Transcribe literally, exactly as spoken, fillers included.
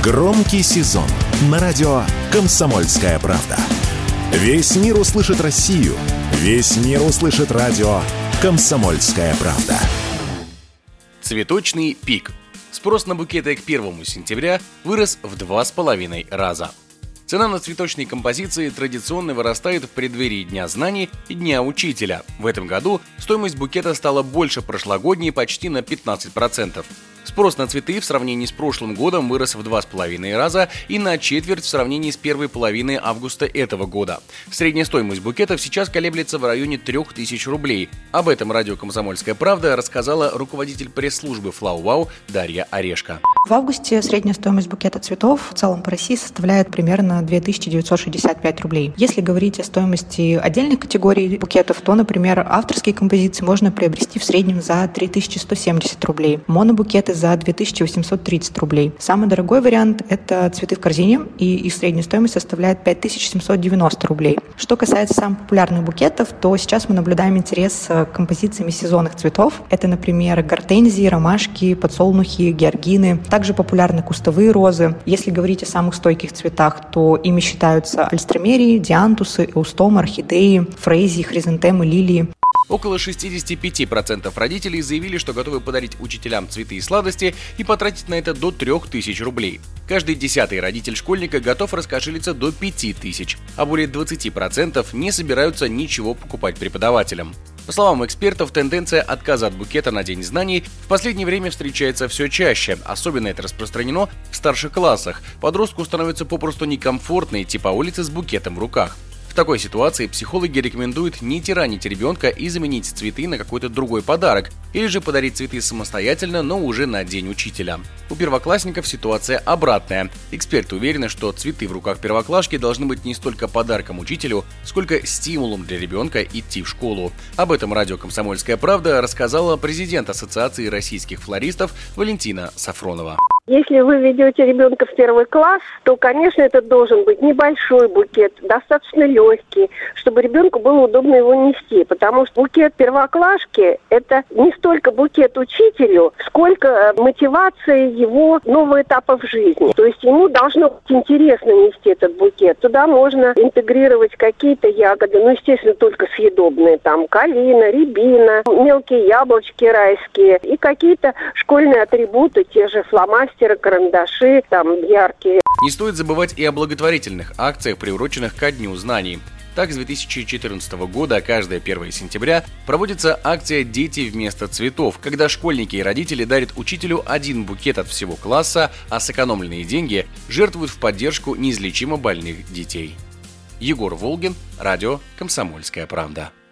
Громкий сезон на радио «Комсомольская правда». Весь мир услышит Россию. Весь мир услышит радио «Комсомольская правда». Цветочный пик. Спрос на букеты к первому сентября вырос в два с половиной раза. Цена на цветочные композиции традиционно вырастает в преддверии Дня знаний и Дня учителя. В этом году стоимость букета стала больше прошлогодней почти на пятнадцать процентов. Спрос на цветы в сравнении с прошлым годом вырос в два с половиной раза и на четверть в сравнении с первой половиной августа этого года. Средняя стоимость букетов сейчас колеблется в районе трех тысяч рублей. Об этом радио «Комсомольская правда» рассказала руководитель пресс-службы «Флау-Вау» Дарья Орешко. В августе средняя стоимость букета цветов в целом по России составляет примерно две тысячи девятьсот шестьдесят пять рублей. Если говорить о стоимости отдельных категорий букетов, то, например, авторские композиции можно приобрести в среднем за три тысячи сто семьдесят рублей, монобукеты за две тысячи восемьсот тридцать рублей. Самый дорогой вариант – это цветы в корзине, и их средняя стоимость составляет пять тысяч семьсот девяносто рублей. Что касается самых популярных букетов, то сейчас мы наблюдаем интерес к композициями сезонных цветов. Это, например, гортензии, ромашки, подсолнухи, георгины. Также популярны кустовые розы. Если говорить о самых стойких цветах, то ими считаются альстромерии, диантусы, эустомы, орхидеи, фрейзии, хризантемы, лилии. Около шестьдесят пять процентов родителей заявили, что готовы подарить учителям цветы и сладости и потратить на это до трех тысяч рублей. Каждый десятый родитель школьника готов раскошелиться до пяти тысяч, а более двадцать процентов не собираются ничего покупать преподавателям. По словам экспертов, тенденция отказа от букета на День знаний в последнее время встречается все чаще. Особенно это распространено в старших классах. Подростку становится попросту некомфортно идти по улице с букетом в руках. В такой ситуации психологи рекомендуют не тиранить ребенка и заменить цветы на какой-то другой подарок, или же подарить цветы самостоятельно, но уже на День учителя. У первоклассников ситуация обратная. Эксперты уверены, что цветы в руках первоклашки должны быть не столько подарком учителю, сколько стимулом для ребенка идти в школу. Об этом радио «Комсомольская правда» рассказала президент Ассоциации российских флористов Валентина Сафронова. Если вы ведете ребенка в первый класс, то, конечно, это должен быть небольшой букет, достаточно легкий, чтобы ребенку было удобно его нести. Потому что букет первоклашки – это не столько букет учителю, сколько мотивация его нового этапа в жизни. То есть ему должно быть интересно нести этот букет. Туда можно интегрировать какие-то ягоды, ну, естественно, только съедобные, там, калина, рябина, мелкие яблочки райские и какие-то школьные атрибуты, те же фломастеры, карандаши, там, яркие. Не стоит забывать и о благотворительных акциях, приуроченных ко Дню знаний. Так, с две тысячи четырнадцатого года каждое первое сентября проводится акция «Дети вместо цветов», когда школьники и родители дарят учителю один букет от всего класса, а сэкономленные деньги жертвуют в поддержку неизлечимо больных детей. Егор Волгин, радио «Комсомольская правда».